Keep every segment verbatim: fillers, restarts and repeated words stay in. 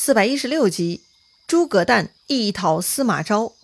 四百一十六集，诸葛诞一讨司马昭。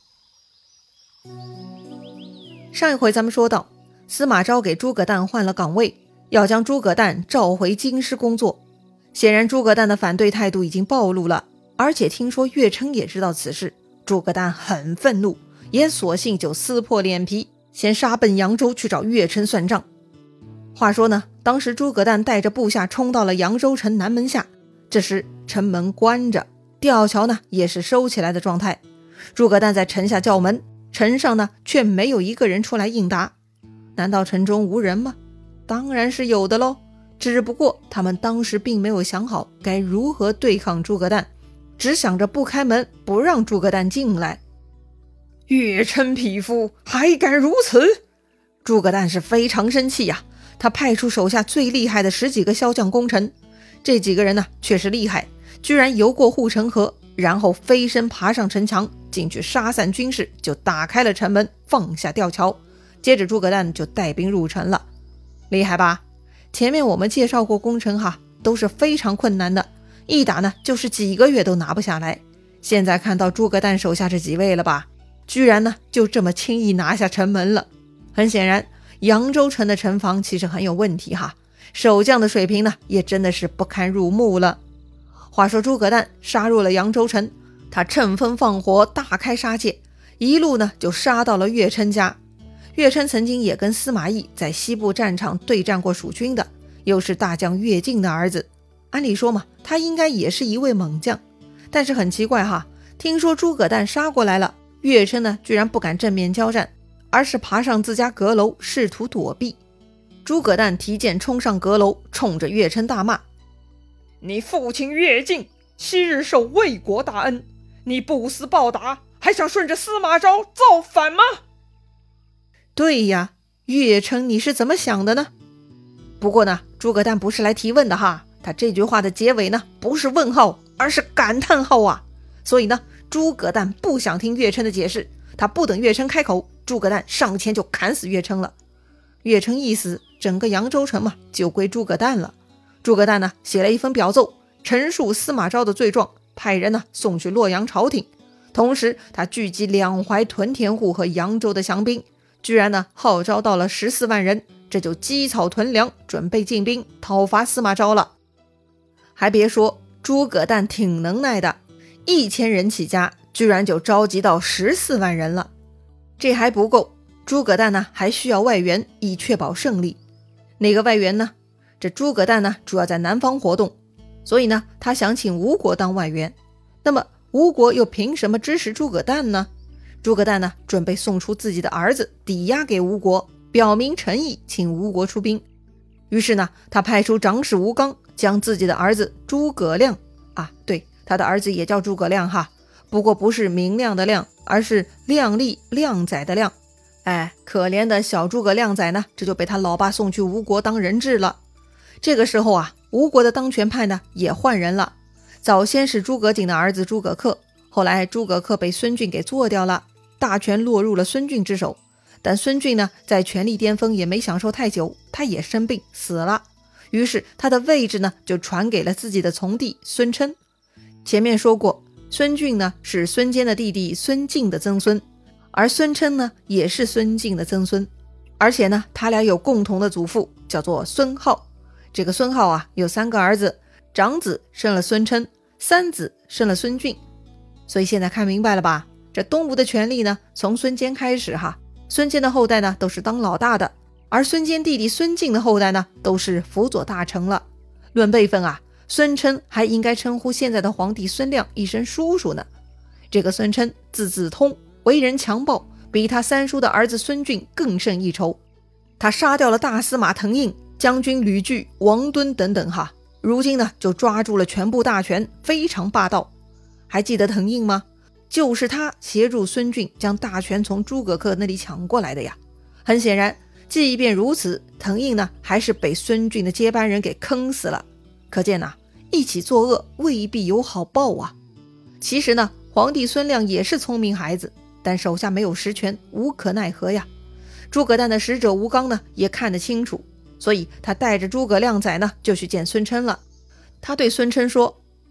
上一回咱们说到，司马昭给诸葛诞换了岗位，要将诸葛诞召回京师工作。显然诸葛诞的反对态度已经暴露了，而且听说乐琛也知道此事，诸葛诞很愤怒，也索性就撕破脸皮，先杀奔扬州去找乐琛算账。话说呢，当时诸葛诞带着部下冲到了扬州城南门下，这时城门关着，吊桥呢也是收起来的状态。诸葛诞在城下叫门，城上呢却没有一个人出来应答。难道城中无人吗？当然是有的喽，只不过他们当时并没有想好该如何对抗诸葛诞，只想着不开门，不让诸葛诞进来。乐琛匹夫还敢如此！诸葛诞是非常生气呀、啊，他派出手下最厉害的十几个骁将攻城。这几个人呢确实厉害，居然游过护城河，然后飞身爬上城墙，进去杀散军士，就打开了城门，放下吊桥。接着诸葛诞就带兵入城了。厉害吧？前面我们介绍过攻城哈，都是非常困难的，一打呢就是几个月都拿不下来。现在看到诸葛诞手下这几位了吧，居然呢就这么轻易拿下城门了。很显然扬州城的城防其实很有问题哈，守将的水平呢也真的是不堪入目了。话说诸葛诞杀入了扬州城，他趁风放火，大开杀戒，一路呢就杀到了乐琛家。乐琛曾经也跟司马懿在西部战场对战过蜀军的，又是大将乐进的儿子，按理说嘛，他应该也是一位猛将。但是很奇怪哈，听说诸葛诞杀过来了，乐琛呢居然不敢正面交战，而是爬上自家阁楼试图躲避。诸葛诞提剑冲上阁楼，冲着乐琛大骂：你父亲乐进昔日受魏国大恩，你不思报答，还想顺着司马昭造反吗？对呀，乐琛你是怎么想的呢？不过呢，诸葛诞不是来提问的哈，他这句话的结尾呢不是问号，而是感叹号啊。所以呢，诸葛诞不想听乐琛的解释，他不等乐琛开口，诸葛诞上前就砍死乐琛了。乐琛一死，整个扬州城嘛就归诸葛诞了。诸葛诞呢写了一封表奏，陈述司马昭的罪状，派人呢送去洛阳朝廷。同时他聚集两淮屯田户和扬州的降兵，居然呢号召到了十四万人，这就积草屯粮，准备进兵讨伐司马昭了。还别说，诸葛诞挺能耐的，一千人起家，居然就召集到十四万人了。这还不够，诸葛诞呢还需要外援，以确保胜利。哪个外援呢？这诸葛诞呢主要在南方活动，所以呢他想请吴国当外援。那么吴国又凭什么支持诸葛诞呢？诸葛诞呢准备送出自己的儿子抵押给吴国，表明诚意，请吴国出兵。于是呢他派出长史吴刚，将自己的儿子诸葛亮啊，对，他的儿子也叫诸葛亮哈，不过不是明亮的亮，而是亮丽靓仔的亮。哎，可怜的小诸葛亮仔呢，这就被他老爸送去吴国当人质了。这个时候啊，吴国的当权派呢也换人了。早先是诸葛瑾的儿子诸葛恪，后来诸葛恪被孙峻给做掉了，大权落入了孙峻之手。但孙峻呢在权力巅峰也没享受太久，他也生病死了。于是他的位置呢就传给了自己的从弟孙琛。前面说过，孙峻呢是孙坚的弟弟孙敬的曾孙，而孙琛呢也是孙敬的曾孙，而且呢他俩有共同的祖父，叫做孙浩。这个孙浩啊有三个儿子，长子生了孙琛，三子生了孙峻。所以现在看明白了吧，这东吴的权力呢从孙坚开始哈，孙坚的后代呢都是当老大的，而孙坚弟弟孙敬的后代呢都是辅佐大臣了。论辈分啊，孙琛还应该称呼现在的皇帝孙亮一声叔叔呢。这个孙琛字子通，为人强暴，比他三叔的儿子孙峻更胜一筹。他杀掉了大司马滕胤、将军吕据、王敦等等哈，如今呢就抓住了全部大权，非常霸道。还记得滕胤吗？就是他协助孙峻将大权从诸葛恪那里抢过来的呀。很显然，即便如此，滕胤呢还是被孙峻的接班人给坑死了。可见呐，一起作恶未必有好报啊。其实呢，皇帝孙亮也是聪明孩子，但手下没有实权，无可奈何呀。诸葛诞的使者吴刚呢也看得清楚，所以他带着诸葛亮仔呢就去见孙琛了。他对孙琛说，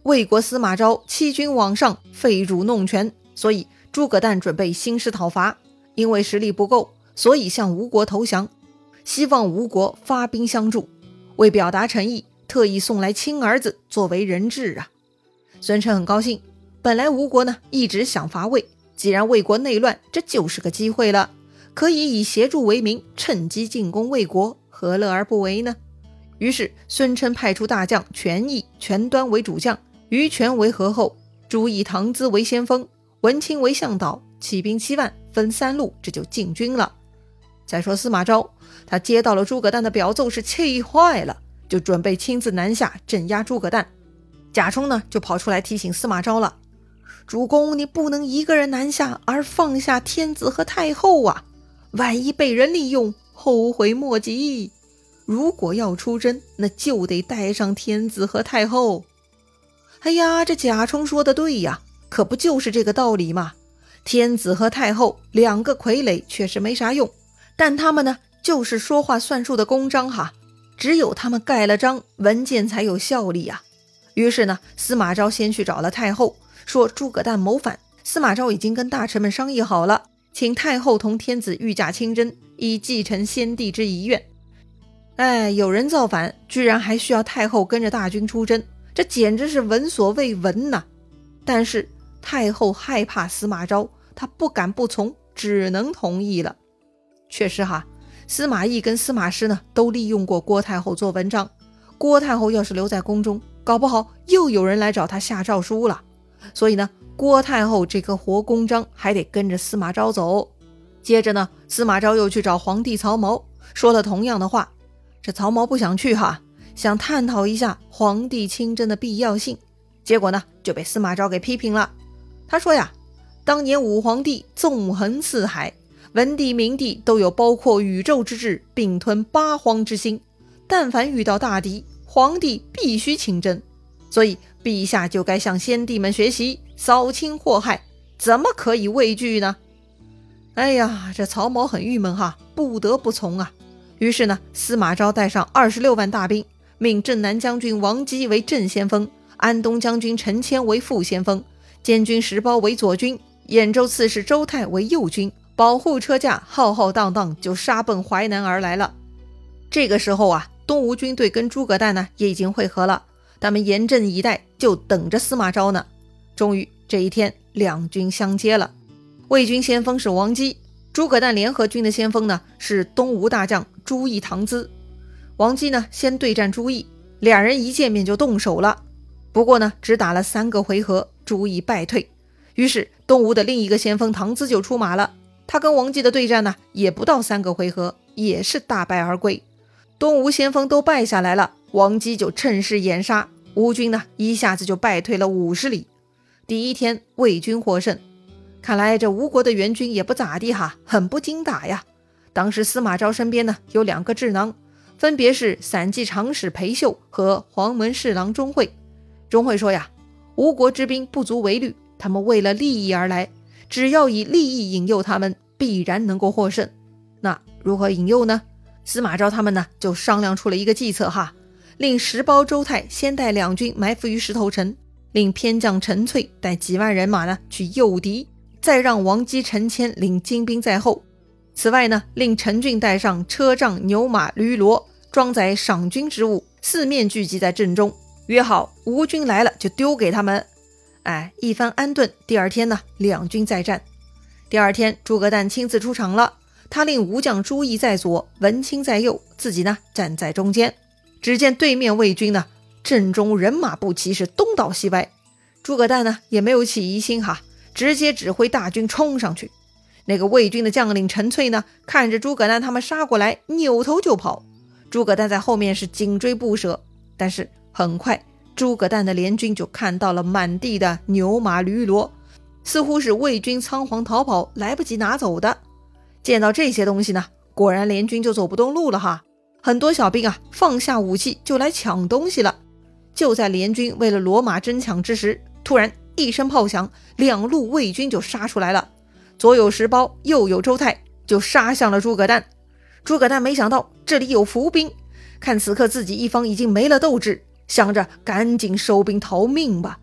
魏国司马昭欺君罔上，废主弄权，所以诸葛诞准备兴师讨伐，因为实力不够，所以向吴国投降，希望吴国发兵相助。为表达诚意，特意送来亲儿子作为人质啊。孙权很高兴，本来吴国呢一直想伐魏，既然魏国内乱，这就是个机会了，可以以协助为名，趁机进攻魏国，何乐而不为呢？于是孙琛派出大将权益、权端为主将，于权为合后，朱义、唐咨为先锋，文钦为向导，起兵七万，分三路，这就进军了。再说司马昭，他接到了诸葛诞的表奏，是气坏了，就准备亲自南下镇压诸葛诞。贾充呢就跑出来提醒司马昭了，主公，你不能一个人南下而放下天子和太后啊，万一被人利用，后悔莫及。如果要出征，那就得带上天子和太后。哎呀，这贾充说的对呀，可不就是这个道理吗？天子和太后两个傀儡确实没啥用，但他们呢就是说话算数的公章哈，只有他们盖了章，文件才有效力呀。于是呢，司马昭先去找了太后，说诸葛诞谋反，司马昭已经跟大臣们商议好了，请太后同天子御驾亲征，以继承先帝之遗愿。哎，有人造反，居然还需要太后跟着大军出征，这简直是闻所未闻呐！但是太后害怕司马昭，她不敢不从，只能同意了。确实哈，司马懿跟司马师呢都利用过郭太后做文章，郭太后要是留在宫中，搞不好又有人来找她下诏书了。所以呢，郭太后这个活公章还得跟着司马昭走。接着呢，司马昭又去找皇帝曹髦，说了同样的话。这曹髦不想去哈，想探讨一下皇帝亲征的必要性，结果呢就被司马昭给批评了。他说呀，当年武皇帝纵横四海，文帝明帝都有包括宇宙之志，并吞八荒之心，但凡遇到大敌，皇帝必须亲征，所以陛下就该向先帝们学习，扫清祸害，怎么可以畏惧呢？哎呀，这曹髦很郁闷哈，不得不从啊。于是呢，司马昭带上二十六万大兵，命镇南将军王基为正先锋，安东将军陈谦为副先锋，监军石苞为左军，兖州刺史周泰为右军，保护车驾浩浩荡荡就杀奔淮南而来了。这个时候啊，东吴军队跟诸葛诞呢也已经会合了，他们严阵以待，就等着司马昭呢。终于这一天，两军相接了。魏军先锋是王基，诸葛诞联合军的先锋呢是东吴大将朱义、唐咨。王基呢先对战朱义，俩人一见面就动手了。不过呢，只打了三个回合，朱义败退。于是东吴的另一个先锋唐咨就出马了，他跟王基的对战呢也不到三个回合，也是大败而归。东吴先锋都败下来了，王基就趁势掩杀，吴军呢一下子就败退了五十里。第一天魏军获胜，看来这吴国的援军也不咋地哈，很不经打呀。当时司马昭身边呢有两个智囊，分别是散骑长史裴秀和黄门侍郎钟会。钟会说呀，吴国之兵不足为虑，他们为了利益而来，只要以利益引诱他们，必然能够获胜。那如何引诱呢？司马昭他们呢就商量出了一个计策哈，令石苞、周泰先带两军埋伏于石头城，令偏将陈粹带几万人马呢去诱敌，再让王基、陈谦领精兵在后。此外呢，令陈俊带上车仗、牛马、驴骡，装载赏军之物，四面聚集在阵中，约好吴军来了就丢给他们。哎，一番安顿，第二天呢，两军再战。第二天，诸葛诞亲自出场了，他令吴将朱义在左，文钦在右，自己呢站在中间。只见对面魏军呢，阵中人马不齐，是东倒西歪。诸葛诞呢也没有起疑心哈，直接指挥大军冲上去。那个魏军的将领陈粹呢，看着诸葛诞他们杀过来，扭头就跑。诸葛诞在后面是紧追不舍，但是很快诸葛诞的联军就看到了满地的牛马驴骡，似乎是魏军仓皇逃跑，来不及拿走的。见到这些东西呢，果然联军就走不动路了哈。很多小兵啊放下武器就来抢东西了。就在联军为了骡马争抢之时，突然一声炮响，两路魏军就杀出来了。左有石苞，右有周泰，就杀向了诸葛诞。诸葛诞没想到这里有伏兵，看此刻自己一方已经没了斗志，想着赶紧收兵逃命吧。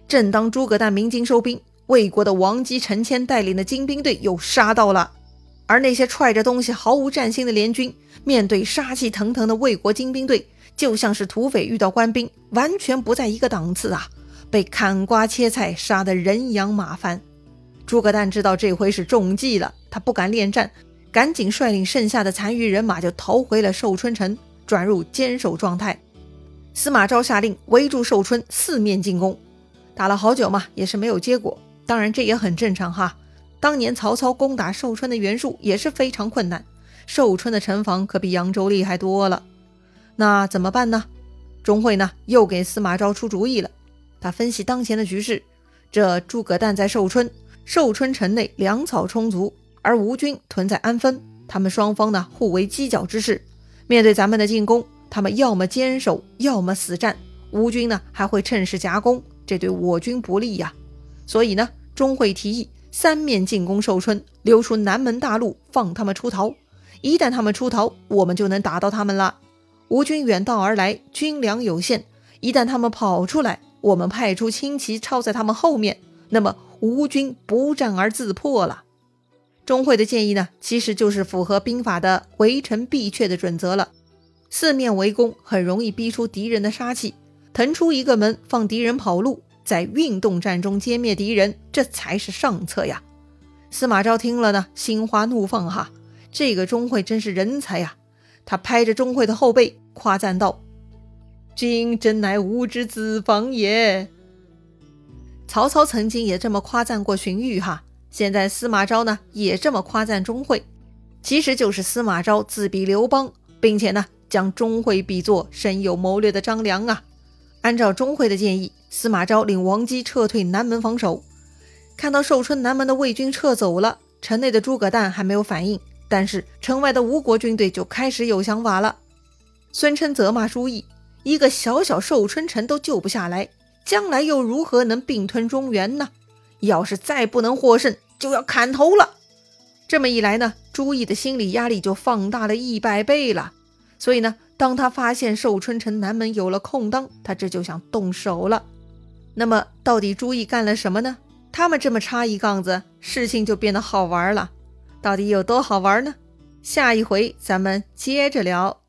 正当诸葛诞鸣金收兵，魏国的王姬陈谦带领的精兵队又杀到了。而那些揣着东西毫无战心的联军，面对杀气腾腾的魏国精兵队，就像是土匪遇到官兵，完全不在一个档次啊！被砍瓜切菜，杀得人仰马翻。诸葛诞知道这回是中计了，他不敢恋战，赶紧率领剩下的残余人马就逃回了寿春城，转入坚守状态。司马昭下令围住寿春，四面进攻。打了好久嘛，也是没有结果。当然这也很正常哈，当年曹操攻打寿春的袁术也是非常困难，寿春的城防可比扬州厉害多了。那怎么办呢？钟会呢又给司马昭出主意了。他分析当前的局势，这诸葛诞在寿春，寿春城内粮草充足，而吴军屯在安分，他们双方呢互为犄角之势。面对咱们的进攻，他们要么坚守，要么死战，吴军呢还会趁势夹攻，这对我军不利呀。所以呢，钟会提议三面进攻寿春，留出南门大路，放他们出逃。一旦他们出逃，我们就能打到他们了。吴军远道而来，军粮有限，一旦他们跑出来，我们派出轻骑抄在他们后面，那么吴军不战而自破了。钟会的建议呢，其实就是符合兵法的围城必却的准则了。四面围攻很容易逼出敌人的杀气，腾出一个门放敌人跑路，在运动战中歼灭敌人，这才是上策呀。司马昭听了呢，心花怒放哈，这个钟会真是人才呀。他拍着钟会的后背夸赞道：今真乃吾之子房也。曹操曾经也这么夸赞过荀彧哈，现在司马昭呢也这么夸赞钟会，其实就是司马昭自比刘邦，并且呢将钟会比作深有谋略的张良啊。按照钟会的建议，司马昭领王姬撤退南门防守。看到寿春南门的魏军撤走了，城内的诸葛诞还没有反应，但是城外的吴国军队就开始有想法了。孙琛责骂朱毅，一个小小寿春城都救不下来，将来又如何能并吞中原呢？要是再不能获胜，就要砍头了。这么一来呢，朱毅的心理压力就放大了一百倍了。所以呢，当他发现寿春城南门有了空当，他这就想动手了。那么到底朱毅干了什么呢？他们这么插一杠子，事情就变得好玩了。到底有多好玩呢？下一回咱们接着聊。